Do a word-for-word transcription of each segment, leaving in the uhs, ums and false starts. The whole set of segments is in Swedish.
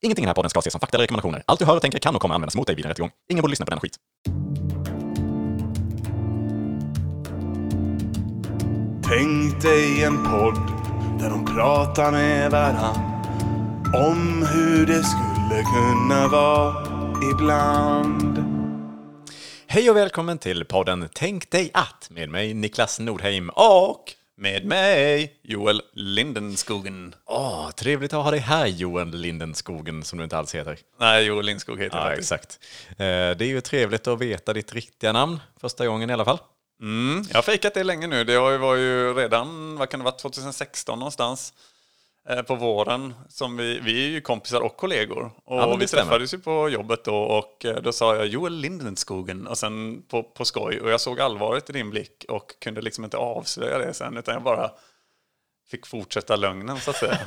Ingenting i den här podden ska ses som fakta eller rekommendationer. Allt du hör och tänker kan och kommer användas mot dig vid en rättegång. Ingen borde lyssna på den skit. Tänk dig en podd där de pratar med varann om hur det skulle kunna vara ibland. Hej och välkommen till podden Tänk dig att med mig Niklas Nordheim och med mig Joel Lindenskogen. Åh, trevligt att ha dig här Joel Lindenskogen som du inte alls heter. Nej, Joel Lindskog heter jag Ja, faktiskt. exakt. Eh, Det är ju trevligt att veta ditt riktiga namn första gången i alla fall. Mm, jag har fejkat det länge nu. Det var ju redan, vad kan det vara, tjugohundrasexton någonstans eh, på våren. Som vi, vi är ju kompisar och kollegor. Och Ja, vi stämmer. träffades ju på jobbet då och eh, då sa jag Joel Lindenskogen och sen på, på skoj. Och jag såg allvaret i din blick och kunde liksom inte avslöja det sen utan jag bara fick fortsätta lögnen så att säga.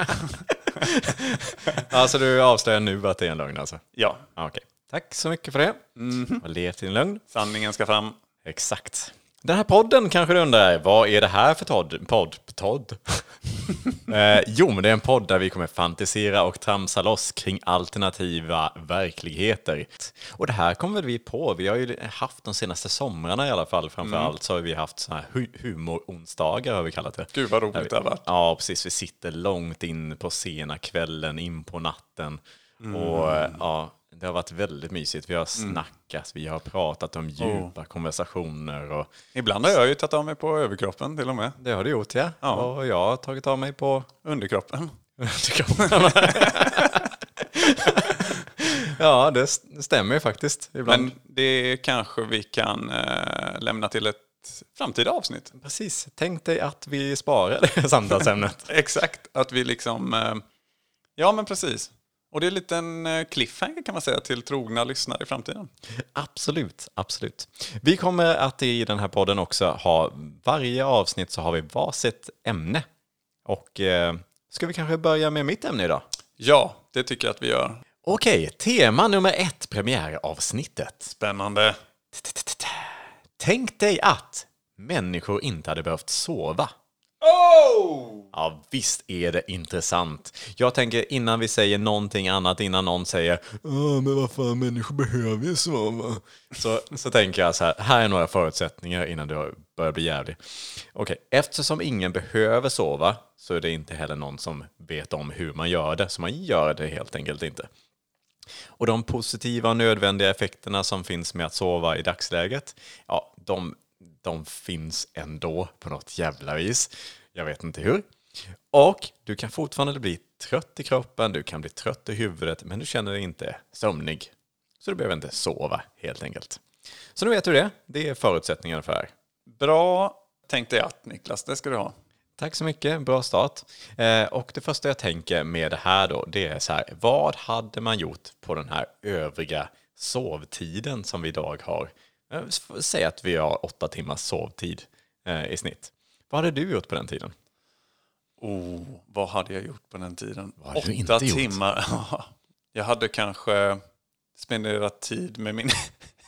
Alltså du avslöjar nu att det är en lögn alltså? Ja, Ja, okej. Tack så mycket för det. Mhm. Och lev till en lögn. sanningen ska fram. Exakt. Den här podden kanske du undrar, vad är det här för todd? Podd? Todd? eh, jo, men det är en podd där vi kommer fantisera och tramsa loss kring alternativa verkligheter. Och det här kommer väl vi på. Vi har ju haft de senaste somrarna i alla fall. Framförallt så har vi haft så här hu- humoronsdagar har vi kallat det. Gud vad roligt det har varit. Ja, precis. Vi sitter långt in på sena kvällen, in på natten. Och ja, det har varit väldigt mysigt. Vi har snackat, vi har pratat om djupa konversationer. Och Ibland har jag ju tagit av mig på överkroppen till och med. det har du gjort, ja. Ja. Och jag har tagit av mig på... Underkroppen. Ja, det stämmer ju faktiskt. Ibland. Men det kanske vi kan eh, lämna till ett framtida avsnitt. Precis, tänk dig att vi sparar det samtalsämnet. Exakt, att vi liksom... Eh, ja, men precis. Och det är en liten eh, cliffhanger kan man säga till trogna lyssnare i framtiden. Absolut, absolut. Vi kommer att i den här podden också ha varje avsnitt så har vi varsitt ämne. Och eh, ska vi kanske börja med mitt ämne idag? Ja, det tycker jag att vi gör. Okej, tema nummer ett, premiäravsnittet. Spännande. Tänk dig att människor inte hade behövt sova. Oh! Ja, visst är det intressant. Jag tänker innan vi säger någonting annat, innan någon säger Åh, men vad fan, människor behöver ju sova. Så, så tänker jag så här, här är några förutsättningar innan du börjar bli jävlig. Okej, eftersom ingen behöver sova så är det inte heller någon som vet om hur man gör det. Så man gör det helt enkelt inte. Och de positiva och nödvändiga effekterna som finns med att sova i dagsläget, ja, de, de finns ändå på något jävla vis. Jag vet inte hur. Och du kan fortfarande bli trött i kroppen, du kan bli trött i huvudet, men du känner dig inte sömnig. Så du behöver inte sova helt enkelt. Så nu vet du det. Det är förutsättningarna för det här. Bra, tänkte jag att Niklas, det ska du ha. Tack så mycket, bra start. Eh, och det första jag tänker med det här då, det är så här, vad hade man gjort på den här övriga sovtiden som vi idag har? Eh, säg att vi har åtta timmars sovtid eh, i snitt. Vad hade du gjort på den tiden? Oh, vad hade jag gjort på den tiden? Vad hade du Åtta inte gjort? timmar. Jag hade kanske spenderat tid med min...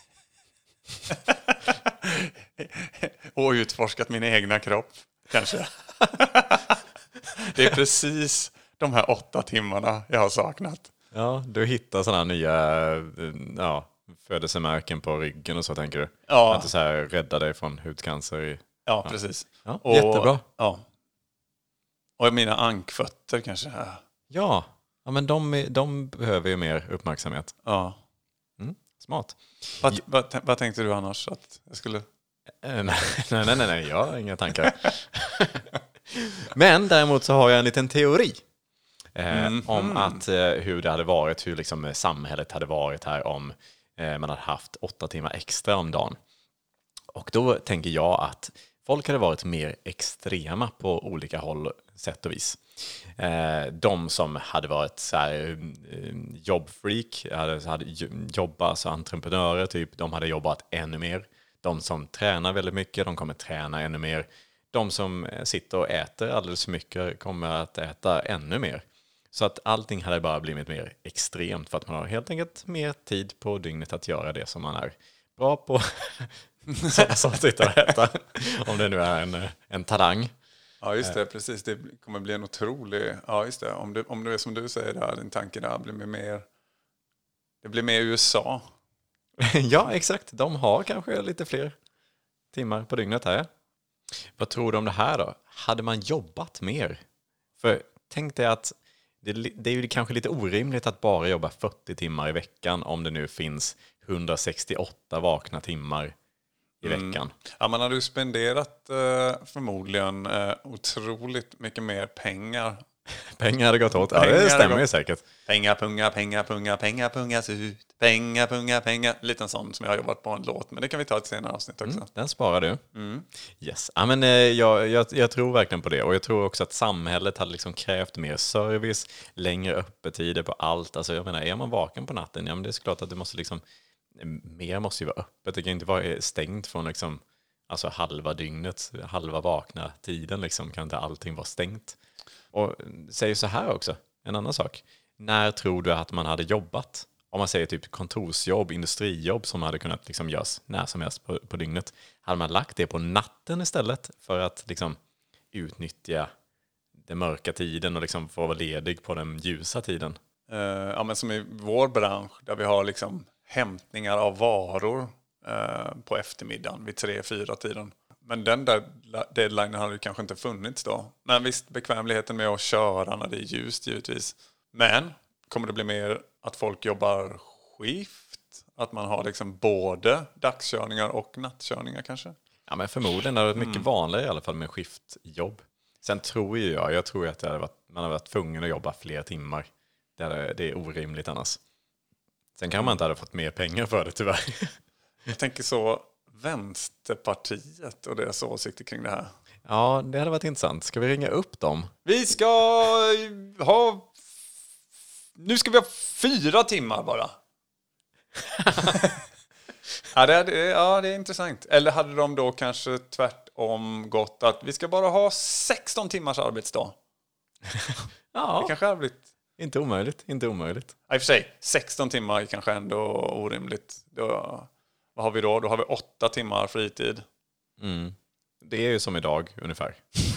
och utforskat min egna kropp, kanske. Det är precis de här åtta timmarna jag har saknat. Ja, du hittar sådana nya eh, ja, födelsemärken på ryggen och så tänker du. Ja. Att du så här rädda dig från hudcancer. I... Ja, precis. Ja, Och- jättebra. Ja. Och mina ankfötter kanske. Ja, ja men de, är- de behöver ju mer uppmärksamhet. Ja. Smart. Vad, vad, vad tänkte du annars att jag skulle... Eh, nej, nej, nej, nej, jag har inga tankar. Men däremot så har jag en liten teori eh, Mm. om att eh, hur det hade varit, hur liksom eh, samhället hade varit här om eh, man hade haft åtta timmar extra om dagen. Och då tänker jag att folk hade varit mer extrema på olika håll, sätt och vis. Eh, de som hade varit så här, eh, jobbfreak, hade, hade jobbat, alltså entreprenörer typ, de hade jobbat ännu mer. De som tränar väldigt mycket, de kommer träna ännu mer. De som sitter och äter alldeles för mycket kommer att äta ännu mer. Så att allting hade bara blivit mer extremt för att man har helt enkelt mer tid på dygnet att göra det som man är bra på. Så, så att sitta och äta. Om det nu är en, en talang. Ja, just det. Precis. Det kommer bli en otrolig... Ja, just det. Om det, om det är som du säger där, din tanke där blir mer... Det blir mer U S A. Ja, exakt. De har kanske lite fler timmar på dygnet här. Vad tror du om det här då? Hade man jobbat mer? För tänk dig att det, det är ju kanske lite orimligt att bara jobba fyrtio timmar i veckan om det nu finns hundrasextioåtta vakna timmar i veckan. Mm. Ja, man hade ju spenderat eh, förmodligen eh, otroligt mycket mer pengar. Pengar hade gått åt. Ja, det stämmer ju säkert. Pengar, punga, pengar, punga, pengar, pungas ut. Pengar, punga, pengar. Lite en sån som jag har jobbat på en låt. Men det kan vi ta ett senare avsnitt också. Mm, den sparar du. Mm. Yes. Ja, men, eh, jag, jag, jag tror verkligen på det. Och jag tror också att samhället hade liksom krävt mer service, längre öppettider på allt. Alltså, jag menar, är man vaken på natten, ja, men det är såklart att det måste liksom... Mer måste ju vara öppet. Det kan inte vara stängt från liksom, alltså halva dygnet, halva vakna tiden. Liksom, kan inte allting vara stängt. Och säger så här också, en annan sak. När tror du att man hade jobbat? Om man säger typ kontorsjobb, industrijobb som hade kunnat liksom göras när som helst på, på dygnet. Hade man lagt det på natten istället för att liksom utnyttja den mörka tiden och liksom få vara ledig på den ljusa tiden? Uh, ja, men som i vår bransch där vi har liksom hämtningar av varor uh, på eftermiddagen vid tre, fyra tiden. Men den där deadlinen hade ju kanske inte funnits då. Men visst, bekvämligheten med att köra när det är ljust givetvis. Men kommer det bli mer att folk jobbar skift? Att man har liksom både dagskörningar och nattkörningar kanske? Ja, men förmodligen är det mycket mm. vanligare i alla fall med skiftjobb. Sen tror ju jag, jag tror att det hade varit, man har varit tvungen att jobba fler timmar. Det är, det är orimligt annars. Sen kan man inte ha fått mer pengar för det tyvärr. Jag tänker så... Vänsterpartiet och deras åsikter kring det här. Ja, det hade varit intressant. Ska vi ringa upp dem? Vi ska ha... Nu ska vi ha fyra timmar bara. ja, det är, ja, det är intressant. Eller hade de då kanske tvärtom gått att vi ska bara ha sexton timmars arbetsdag? Ja, det kanske har blivit... Inte omöjligt, inte omöjligt. Ja, i och för sig, sexton timmar är kanske ändå orimligt. Då... Vad har vi då? Då har vi åtta timmar fritid. Mm. Det är ju som idag ungefär.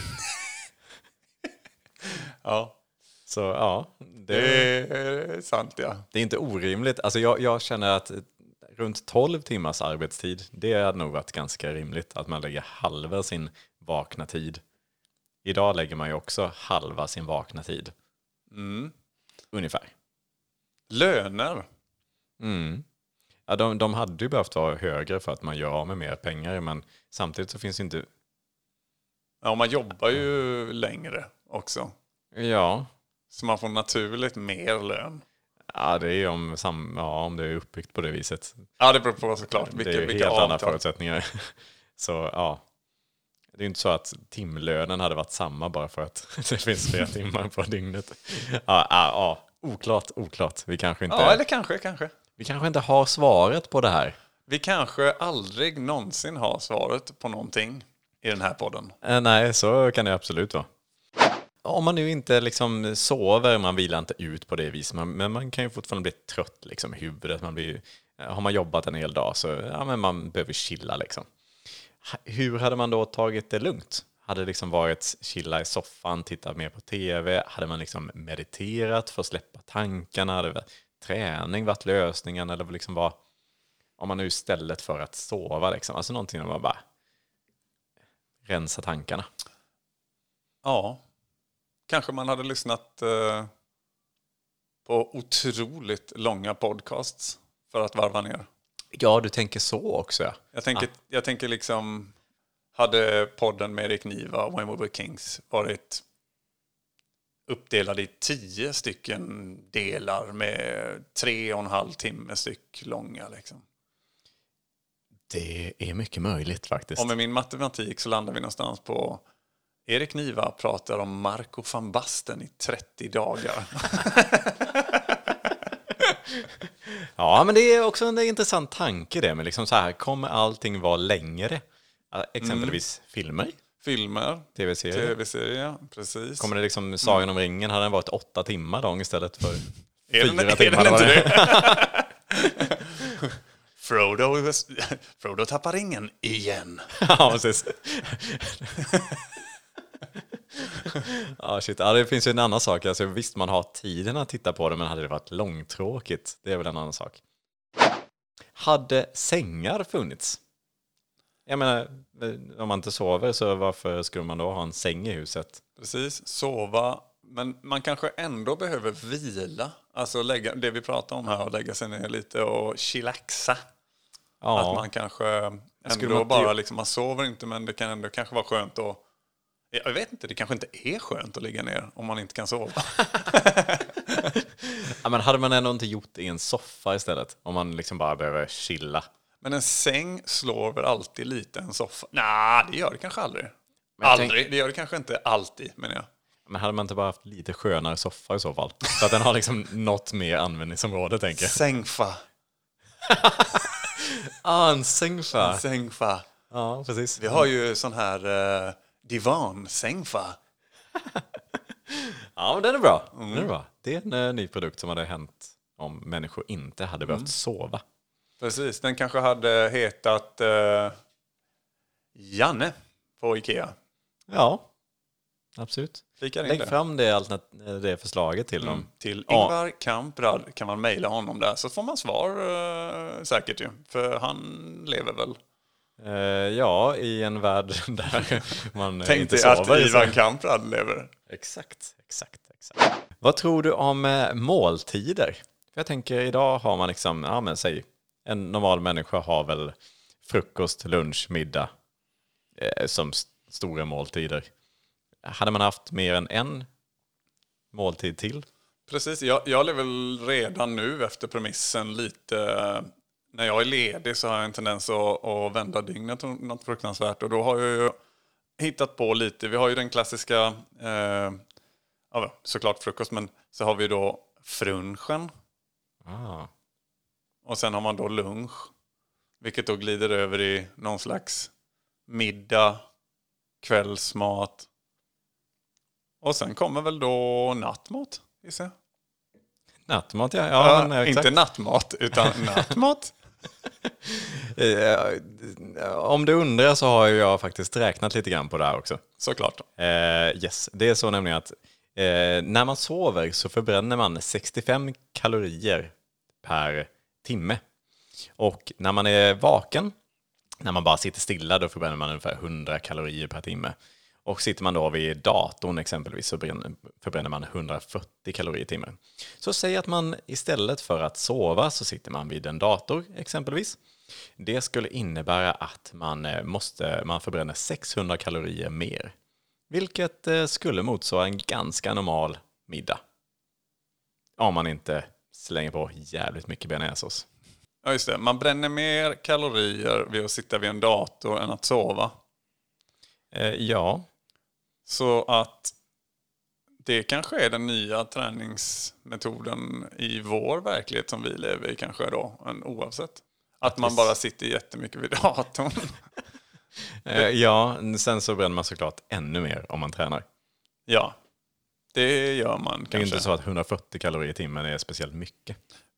Ja. Så ja. Det, det är sant, ja. Det är inte orimligt. Alltså jag, jag känner att runt tolv timmars arbetstid, det hade nog varit ganska rimligt. Att man lägger halva sin vakna tid. Idag lägger man ju också halva sin vakna tid. Mm. Ungefär. Löner. Mm. Ja, de, de hade ju behövt vara högre för att man gör av med mer pengar, men samtidigt så finns det inte... Ja, man jobbar ju längre också. Ja. Så man får naturligt mer lön. Ja, det är om, sam, ja, om det är uppbyggt på det viset. Ja, det beror på såklart. Vilka, det är ju vilka helt avtal. andra förutsättningar. Så ja, det är ju inte så att timlönen hade varit samma bara för att det finns fler timmar på dygnet. Ja, ja, ja, oklart, oklart. Vi kanske inte... Ja, eller kanske, kanske. Vi kanske inte har svaret på det här. Vi kanske aldrig någonsin har svaret på någonting i den här podden. Eh, nej, så kan det absolut vara. Om man nu inte liksom sover, man vilar inte ut på det viset, man, men man kan ju fortfarande bli trött liksom, i huvudet. Man blir, har man jobbat en hel dag så ja, men man behöver chilla. Liksom. Hur hade man då tagit det lugnt? Hade det liksom varit chilla i soffan, titta mer på tv? Hade man liksom mediterat för att släppa tankarna? Hade det träning varit lösningen? Eller liksom var, om man nu istället för att sova, liksom, alltså någonting där man bara rensa tankarna. Ja, kanske man hade lyssnat eh, på otroligt långa podcasts för att varva ner. Ja, du tänker så också. Ja. Jag tänker, ah. jag tänker liksom, hade podden med Erik Niva och When We Were Kings varit uppdelad i tio stycken delar med tre och en halv timme styck långa. Liksom. Det är mycket möjligt faktiskt. Och med min matematik så landar vi någonstans på Erik Niva pratar om Marco van Basten i trettio dagar. Ja, men det är också en intressant tanke det. Men liksom så här, kommer allting vara längre? Exempelvis mm. filmer? Filmer, tv-serier. Tv-serier, precis. Kommer det liksom Sagan om ringen, hade den varit åtta timmar lång istället för är fyra den, timmar? Är den inte det? Frodo, Frodo tappar ringen igen. Ja, precis. Ja, shit. Ja, det finns ju en annan sak. Alltså, visst, man har tiden att titta på det, men hade det varit långtråkigt? Det är väl en annan sak. Hade sängar funnits? Jag menar, om man inte sover, så varför skulle man då ha en säng i huset? Precis, sova. Men man kanske ändå behöver vila. Alltså lägga, det vi pratar om här, och lägga sig ner lite och chillaxa. Ja. Att man kanske ändå man bara, inte- liksom, man sover inte, men det kan ändå kanske vara skönt att... Jag vet inte, det kanske inte är skönt att ligga ner om man inte kan sova. Ja, men hade man ändå inte gjort det i en soffa istället? Om man liksom bara behöver chilla. Men en säng slår väl alltid lite en soffa? Nej, det gör det kanske aldrig. Men jag Aldrig, tänk- det gör det kanske inte alltid, men jag. Men hade man inte bara haft lite skönare soffa i så fall? Så att den har liksom något mer användningsområde, tänker jag. Sängfa. Ah, en sängfa. Sängfa. Ja, precis. Vi har ju sån här uh, divan, sängfa. Ja, men den är bra. Den är bra. Det är en uh, ny produkt som hade hänt om människor inte hade behövt sova. Precis, den kanske hade hetat uh, Janne på Ikea. Ja, absolut. Flika in Lägg det. fram det, alternat- det förslaget till dem. Till Ja. Ingvar Kamprad kan man mejla honom där, så får man svar uh, säkert ju. För han lever väl. Eh, ja, i en värld där man eh, Tänk inte dig att sover. Ivan så- Kamprad lever. Exakt, exakt, exakt. Vad tror du om eh, måltider? För jag tänker, idag har man liksom, ja men säg, en normal människa har väl frukost, lunch, middag eh, som st- stora måltider. Hade man haft mer än en måltid till? Precis, jag, jag lever väl redan nu efter premissen lite... När jag är ledig så har jag en tendens att, att vända dygnet och något fruktansvärt. Och då har jag ju hittat på lite. Vi har ju den klassiska, eh, ja, såklart frukost, men så har vi då frunchen. Ah. Och sen har man då lunch. Vilket då glider över i någon slags middag, kvällsmat. Och sen kommer väl då nattmat, gissar jag. Nattmat, ja. ja, Ja, men, eh, exakt. inte nattmat, utan nattmat. Eh, om du undrar så har jag faktiskt räknat lite grann på det här också. Såklart. Eh, yes, det är så nämligen att eh, när man sover så förbränner man sextiofem kalorier per timme. Och när man är vaken, när man bara sitter stilla, då förbränner man ungefär hundra kalorier per timme. Och sitter man då vid datorn exempelvis så bränner- förbränner man hundrafyrtio kalorier i timmen. Så säg att man istället för att sova så sitter man vid en dator exempelvis. Det skulle innebära att man, eh, måste, man förbränner sexhundra kalorier mer. Vilket eh, skulle motsvara en ganska normal middag. Om man inte slänger på jävligt mycket bearnaisesås. Ja, just det. Man bränner mer kalorier vid att sitta vid en dator än att sova. Eh, ja, Så att det kanske är den nya träningsmetoden i vår verklighet som vi lever i kanske då, än oavsett. Att man bara sitter jättemycket vid datorn. eh, ja, sen så bränner man såklart ännu mer om man tränar. Ja, det gör man Det är kanske. inte så att hundrafyrtio kalorier i timmen är speciellt mycket.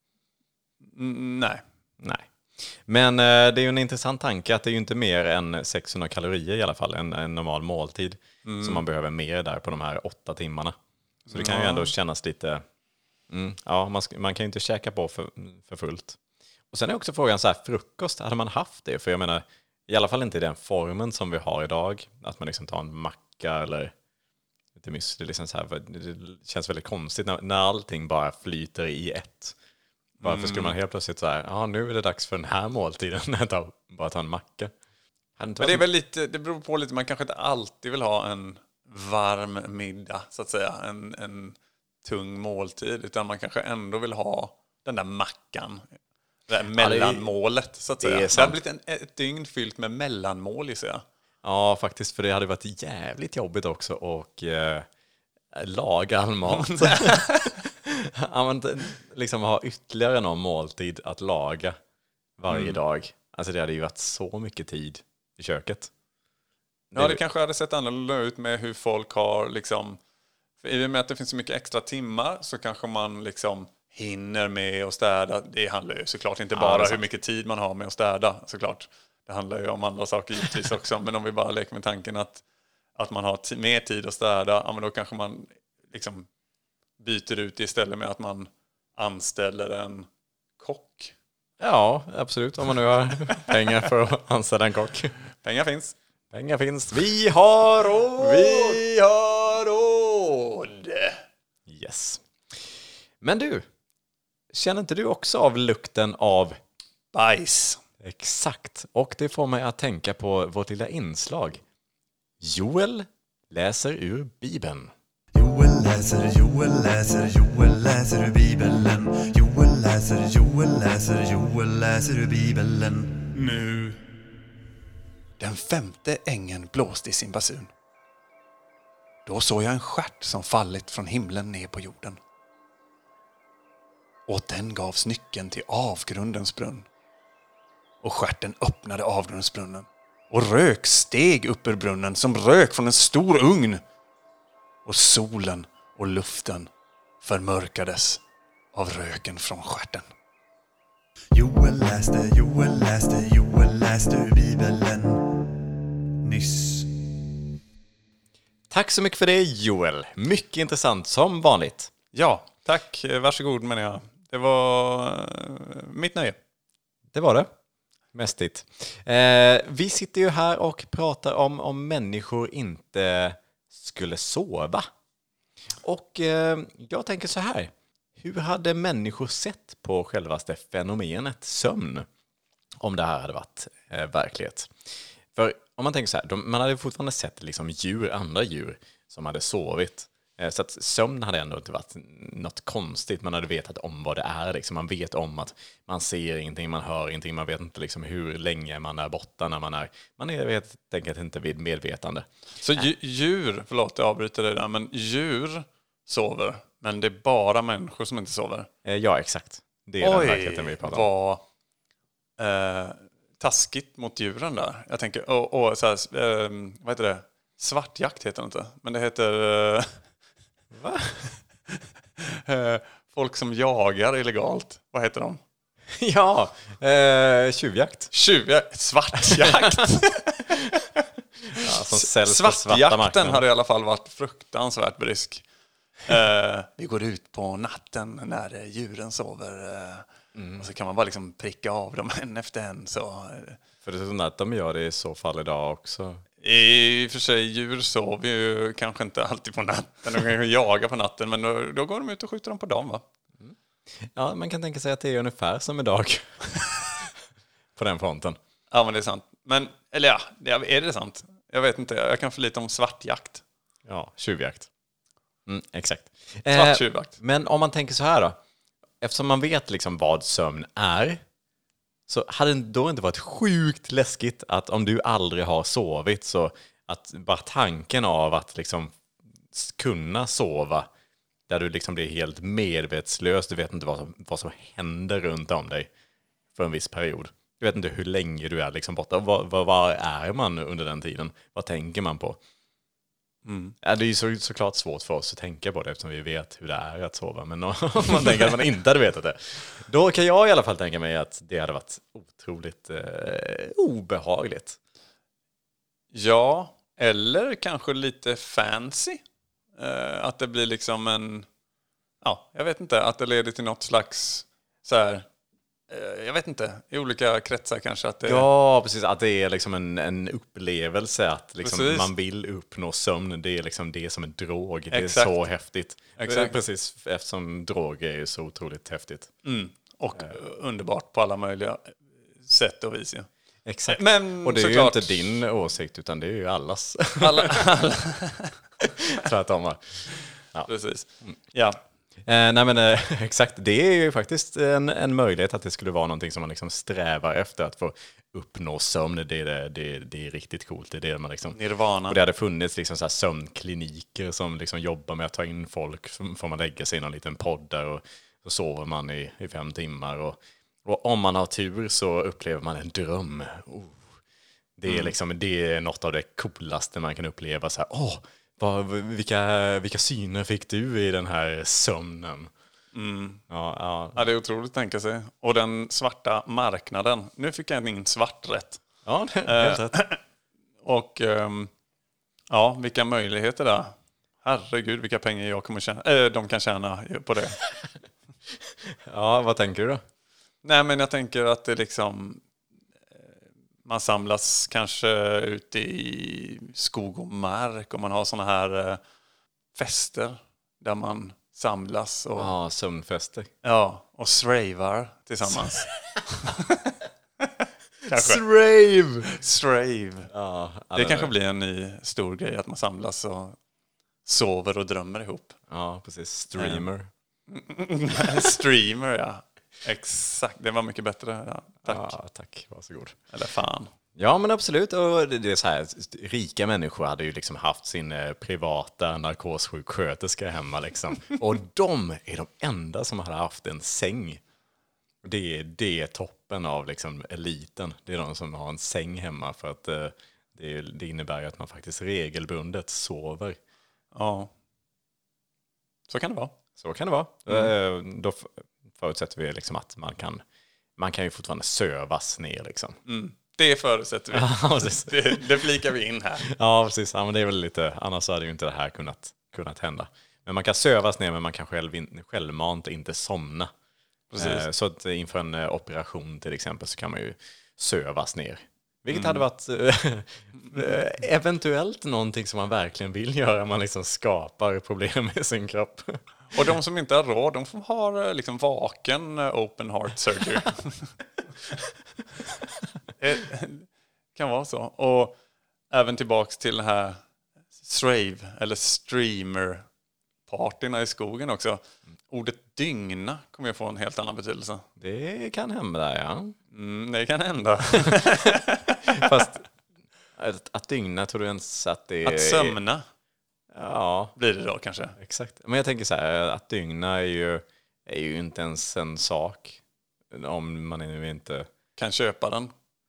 Mm, nej. Nej. Men eh, det är ju en intressant tanke att det är ju inte mer än sexhundra kalorier i alla fall, en, en normal måltid. Så man behöver mer där på de här åtta timmarna. Så det kan ju ändå kännas lite... Mm, ja, man, ska, man kan ju inte käka på för, för fullt. Och sen är också frågan så här, frukost, hade man haft det? För jag menar, i alla fall inte i den formen som vi har idag. Att man liksom tar en macka eller lite müsli. Liksom så här, för det känns väldigt konstigt när, när allting bara flyter i ett. Varför skulle man helt plötsligt så här, ja nu är det dags för den här måltiden, när jag tar, bara tar en macka. Hade inte Men det är varit- väl lite, det beror på lite, man kanske inte alltid vill ha en varm middag så att säga, en, en tung måltid, utan man kanske ändå vill ha den där mackan, det där mellanmålet så att det är säga. Det, sant. har blivit en, ett dygn fyllt med mellanmål i sig. Ja, faktiskt, för det hade varit jävligt jobbigt också och eh, laga all mat. Ja, men, liksom ha ytterligare någon måltid att laga varje Mm. dag. Alltså det hade ju varit så mycket tid i köket. Ja, det kanske hade sett annorlunda ut med hur folk har liksom, för i och med att det finns så mycket extra timmar så kanske man liksom hinner med att städa. Det handlar ju såklart inte Ja, bara det är hur sant. mycket tid man har med att städa, såklart. Det handlar ju om andra saker givetvis också. Men om vi bara leker med tanken att att man har t- mer tid att städa, ja, men då kanske man liksom byter ut det istället med att man anställer en kock. Ja, absolut. Om man nu har pengar för att anställa en kock. Pengar finns. Pengar finns. Vi har råd! Vi har råd! Yes. Men du, känner inte du också av lukten av bajs? Exakt. Och det får mig att tänka på vårt lilla inslag. Joel läser ur Bibeln. Joel läser, Joel läser, Joel läser ur Bibeln. Joel läser, Joel läser, Joel läser ur Bibeln. Nu. Den femte ängeln blåste i sin basun. Då såg jag en stjärt som fallit från himlen ner på jorden. Åt den gavs nyckeln till avgrundens brunn. Och stjärten öppnade avgrundsbrunnen. Och rök steg upp ur brunnen som rök från en stor ugn. Och solen och luften förmörkades av röken från stjärten. Joel läste, Joel läste, Joel läste ur Bibeln nyss. Tack så mycket för det, Joel. Mycket intressant, som vanligt. Ja, tack. Varsågod, menar jag. Det var uh, mitt nöje. Det var det. Mästigt. Eh, vi sitter ju här och pratar om om människor inte skulle sova. Och eh, jag tänker så här. Hur hade människor sett på självaste fenomenet sömn om det här hade varit eh, verklighet? För om man tänker så här, de, man hade fortfarande sett liksom djur, andra djur som hade sovit. Eh, så att sömn hade ändå inte varit något konstigt. Man hade vetat om vad det är. Liksom. Man vet om att man ser ingenting, man hör ingenting. Man vet inte liksom hur länge man är borta när man är... Man är helt enkelt inte vid medvetande. Så dj- djur, förlåt jag avbryter dig där, men djur sover. Men det är bara människor som inte sover. Eh, ja, exakt. Det är den verkligheten vi pratar om. Vad eh, taskigt mot djuren där. Jag tänker, och, och så här, eh, vad heter det? Svartjakt heter det inte. Men det heter... Eh, Va? eh, folk som jagar illegalt. Vad heter de? Ja, eh, tjuvjakt. Tjuvjakt. Svartjakt. Ja, som säljs på svarta Svartjakten marknaden. hade i alla fall varit fruktansvärt brysk. Uh, vi går ut på natten när djuren sover uh, mm. och så kan man bara liksom pricka av dem en efter en. Så, uh. För det är sånt att de gör det i så fall idag också. I och för sig, djur sover ju kanske inte alltid på natten. De kan ju jaga på natten, men då, då går de ut och skjuter dem på dagen, va? Mm. Ja, man kan tänka sig att det är ungefär som idag. På den fronten. Ja, men det är sant. Men, eller ja, är det sant? Jag vet inte, jag kan för lite om svartjakt. Ja, tjuvjakt. Mm, exakt. Svart tjuvjakt. Eh, men om man tänker så här då. Eftersom man vet liksom vad sömn är, så hade det då inte varit sjukt läskigt att om du aldrig har sovit, så att bara tanken av att liksom kunna sova där du liksom blir helt medvetslös, du vet inte vad som, vad som händer runt om dig för en viss period. Du vet inte hur länge du är liksom borta. Vad, vad, vad är man under den tiden? Vad tänker man på? Mm. Ja, det är ju så, såklart svårt för oss att tänka på det eftersom vi vet hur det är att sova. Men om man tänker att man inte hade vetat det, då kan jag i alla fall tänka mig att det hade varit otroligt eh, obehagligt. Ja, eller kanske lite fancy. Eh, att det blir liksom en... Ja, jag vet inte. Att det leder till något slags... så här, jag vet inte, i olika kretsar kanske att det... Ja, precis, att det är liksom en, en upplevelse att liksom man vill uppnå sömn, det är liksom det som är drog. Det Exakt. är så häftigt. Exakt. Precis, eftersom droger är så otroligt häftigt. Mm. Och uh. underbart på alla möjliga sätt och vis. Ja. Exakt, men och det är såklart... ju inte din åsikt utan det är ju allas. Alla, alla. Tvärtom. Ja. Precis, ja. Eh, nej men eh, exakt, det är ju faktiskt en, en möjlighet att det skulle vara någonting som man liksom strävar efter att få uppnå sömn. Det är, det, det, det är riktigt coolt. Det är det man liksom, Nirvana. Och det hade funnits liksom så här sömnkliniker som liksom jobbar med att ta in folk. Så får man lägga sig i någon liten podd där och så sover man i, i fem timmar. Och, och om man har tur så upplever man en dröm. Oh. Det, är mm. liksom, det är något av det coolaste man kan uppleva. Så här, åh, Vad, vilka, vilka syner fick du i den här sömnen? Mm. Ja, ja. ja, det är otroligt att tänka sig. Och den svarta marknaden. Nu fick jag min svart rätt. Ja, det är helt rätt. Och um, Ja, vilka möjligheter där. Herregud, vilka pengar jag kommer tjäna, äh, de kan tjäna på det. Ja, vad tänker du då? Nej, men jag tänker att det liksom... Man samlas kanske ute i skog och mark och man har såna här eh, fester där man samlas och, Ja, sömnfester. ja, och sravar tillsammans. Kanske. Strave! Strave. Ja, Det kanske blir en ny stor grej att man samlas och sover och drömmer ihop. Ja, precis. Streamer. Streamer, ja. Exakt, det var mycket bättre. Ja, tack. Ja, tack. Varsågod. Eller fan. Ja, men absolut. Och det är så här, rika människor hade ju liksom haft sin eh, privata narkossjuksköterska hemma liksom. Och de är de enda som hade haft en säng. Det är, det är toppen av liksom eliten. Det är de som har en säng hemma för att eh, det, det innebär ju att man faktiskt regelbundet sover. Ja. Så kan det vara. Så kan det vara. Mm. Eh, då förutsätter vi liksom att man kan, man kan ju fortfarande sövas ner liksom. Mm. Det förutsätter vi. Ja, det, det flikar vi in här. Ja, precis. Ja, men det är väl lite, annars hade ju inte det här kunnat, kunnat hända. Men man kan sövas ner, men man kan själv in, självmant inte somna. Eh, så att inför en eh, operation till exempel så kan man ju sövas ner. Vilket mm. hade varit eh, eventuellt någonting som man verkligen vill göra. Man liksom skapar problem med sin kropp. Och de som inte har råd, de får ha liksom vaken open heart surgery. Det kan vara så. Och även tillbaks till den här strave eller streamer partyna i skogen också. Ordet dygna kommer ju få en helt annan betydelse. Det kan hända, ja. Mm, det kan hända. Fast att, att dygna, tror du ens att det är... Att sömna. Ja. Blir det då kanske. Exakt. Men jag tänker så här, att dygna är ju, är ju inte ens en sak. Om man nu inte... Kan köpa den.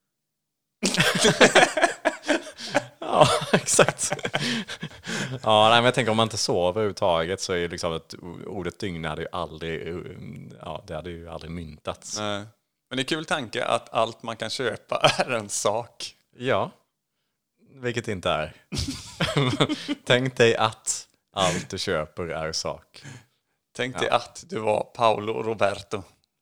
Ja, exakt. Ja, nej, men jag tänker om man inte sover överhuvudtaget så är ju liksom att ordet dygna hade ju aldrig, ja, det hade ju aldrig myntats. Nej. Men det är kul tanke att allt man kan köpa är en sak. Ja, vilket inte är. Tänk dig att allt du köper är sak. Tänk dig ja. att du var Paolo Roberto.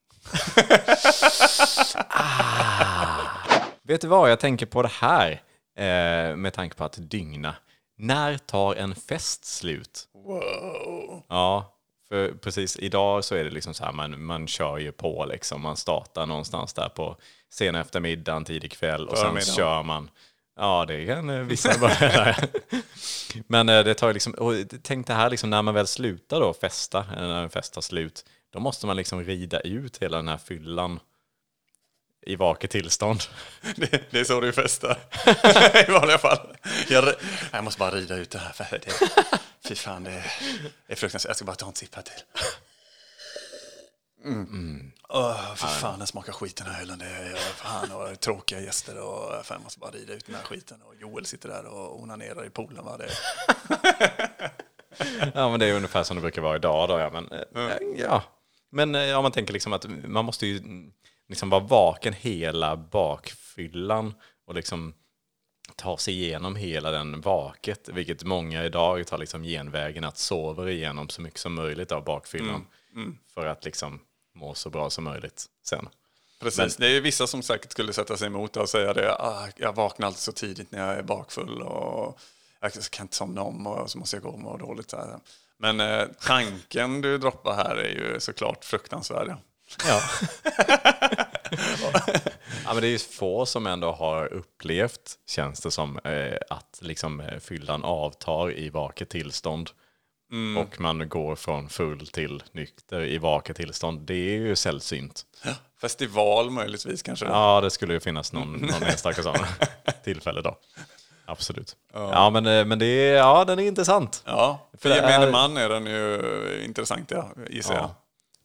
ah. Vet du vad, jag tänker på det här eh, med tanke på att dygna. När tar en fest slut? Wow. Ja, för precis idag så är det liksom så här, man, man kör ju på liksom. Man startar någonstans där på sen eftermiddagen, tidig kväll och sen kör man. Ja, det kan vissa börja. Men det tar ju liksom, och tänk det här liksom, när man väl slutar då festa, när en fest tar slut, då måste man liksom rida ut hela den här fyllan i vaket tillstånd. Det, det är så du festar. I vanliga fall. Jag, jag måste bara rida ut det här. För det, fy fan, det är fruktansvärt. Jag ska bara ta en sipp här till. Mm. Mm. Oh, fy fan, den smakar skiten här ölen. Det är fan, och tråkiga gäster. Och fan, jag måste bara rida ut den här skiten. Och Joel sitter där och onanerar i poolen. Va? Det ja, men det är ungefär som det brukar vara idag. Då, ja. Men, mm. ja. men ja, man tänker liksom att man måste ju liksom vara vaken hela bakfyllan och liksom ta sig igenom hela den vaket, vilket många idag tar liksom genvägen att sova igenom så mycket som möjligt av bakfyllan mm. Mm. för att liksom må så bra som möjligt sen. Precis, men, det är ju vissa som säkert skulle sätta sig emot och säga det, ah, jag vaknar alltid så tidigt när jag är bakfull och jag kan inte somna om och så måste jag gå och må dåligt. Så här. Men eh, tanken du droppar här är ju såklart fruktansvärd. Ja. Ja, men det är ju få som ändå har upplevt, känns det som, eh, att liksom eh, fyllan avtar i vaket tillstånd mm. och man går från full till nykter i vaket tillstånd. Det är ju sällsynt. Ja, festival möjligtvis kanske. Ja, det skulle ju finnas någon, någon enstaka sån tillfälle då. Absolut. Ja, ja men, men det är, ja, den är intressant. Ja, för för gemene är... man är den ju intressant, ja, gissar jag.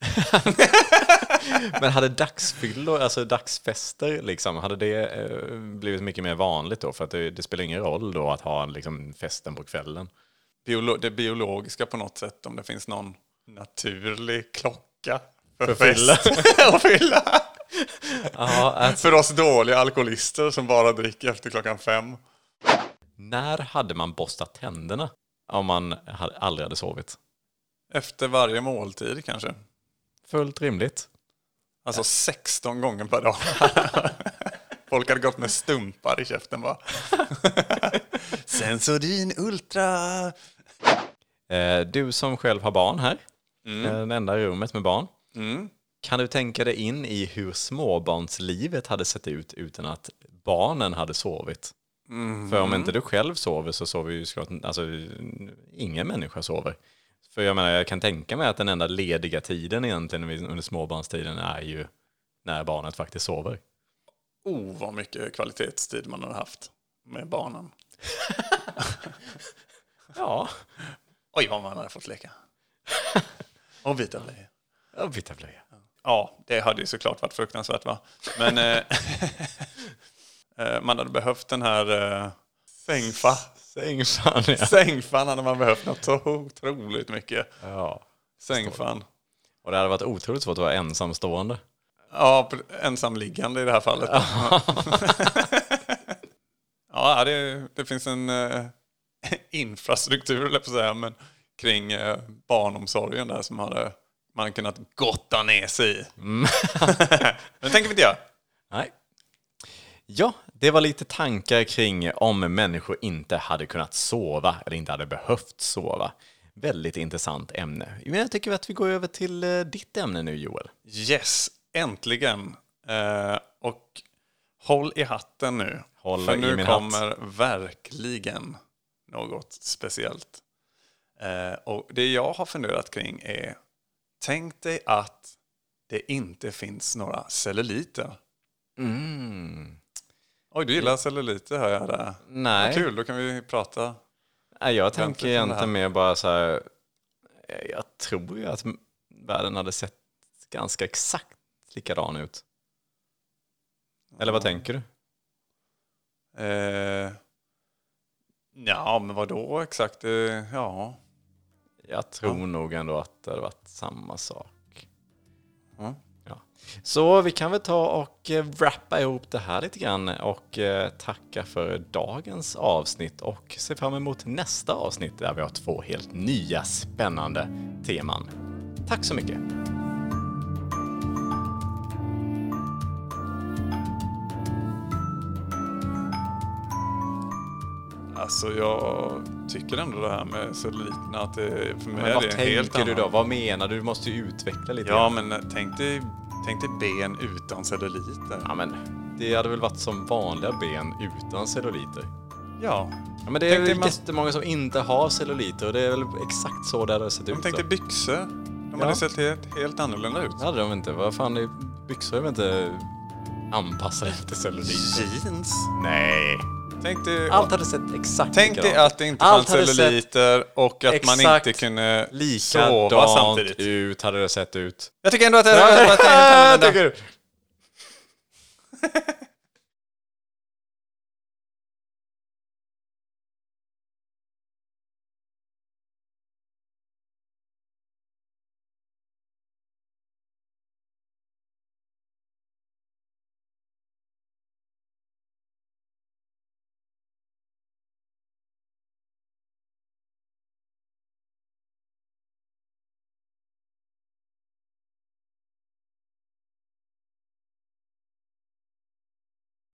Men hade dagsfyllor, alltså dagsfester liksom, hade det eh, blivit mycket mer vanligt då? För att det, det spelar ingen roll då att ha liksom festen på kvällen. Biolo- det biologiska på något sätt, om det finns någon naturlig klocka för, för fest och fylla. Ja, alltså. För oss dåliga alkoholister som bara dricker efter klockan fem. När hade man borstat tänderna om man hade, aldrig hade sovit? Efter varje måltid kanske. Fullt rimligt. Alltså sexton gånger per dag. Folk hade gått med stumpar i käften bara. Sensodyne Ultra. Eh, du som själv har barn här. Mm. Eh, det enda rummet med barn. Mm. Kan du tänka dig in i hur småbarnslivet hade sett ut utan att barnen hade sovit? Mm. För om inte du själv sover så sover ju såklart, alltså ingen människa sover. För jag menar, jag kan tänka mig att den enda lediga tiden egentligen under småbarnstiden är ju när barnet faktiskt sover. Oh, vad mycket kvalitetstid man har haft med barnen. Ja. Oj, vad man hade fått leka. Och byta blöja. Ja, byta blöja. Ja, det hade ju såklart varit fruktansvärt, va? Men eh, man hade behövt den här eh, sängfa. Sängfan, ja. Sängfan hade man behövt något så otroligt mycket. Ja. Sängfan. Och det hade varit otroligt svårt att vara ensamstående. Ja, ensamliggande i det här fallet. Ja, det, det finns en eh, infrastruktur, eller på att säga, men kring eh, barnomsorgen där som hade man kunnat gotta ner sig i. Mm. Men tänker vi inte göra. Nej. Ja, det var lite tankar kring om människor inte hade kunnat sova eller inte hade behövt sova. Väldigt intressant ämne. Men jag tycker att vi går över till eh, ditt ämne nu, Joel. Yes, äntligen. Eh, och håll i hatten nu. Håll för i nu min kommer hatt. verkligen något speciellt. Eh, och det jag har funderat kring är, tänk dig att det inte finns några celluliter. Mm. Oj, du gillar celluliter, hör jag där. Nej. Vad kul, då kan vi prata. Nej, jag tänker Vänta, egentligen mer bara så här. Jag tror ju att världen hade sett ganska exakt likadan ut. Eller vad tänker du? Eh, ja, men vad då exakt? Eh, ja. Jag tror Ja. nog ändå att det hade varit samma sak. Mm. Ja. Så vi kan väl ta och eh, wrappa ihop det här lite grann och eh, tacka för dagens avsnitt och se fram emot nästa avsnitt där vi har två helt nya spännande teman. Tack så mycket! Alltså jag tycker ändå det här med celluliterna att det, för mig Men är vad det en helt tänker du annan. då? Vad menar du? Du måste ju utveckla lite. Ja, grann. men tänk dig, tänk dig ben utan celluliter. Ja, men det hade väl varit som vanliga ben utan celluliter. Ja. Ja, men det är Tänk dig väl man- jättemånga som inte har celluliter och det är väl exakt så det hade sett Men ut. tänk så. dig byxor. De Ja. hade sett helt, helt annorlunda ut. Det hade de inte. Vad fan, är byxor är väl inte anpassade efter celluliter? Jeans. Nej. Tänk dig, Allt hade sett exakt tänk dig likadant. att det inte Allt fanns hade celluliter och att man exakt inte kunde sova likadant samtidigt. ut hade det sett ut. Jag tycker ändå att det, Ja, att det är helt annorlunda. tycker du?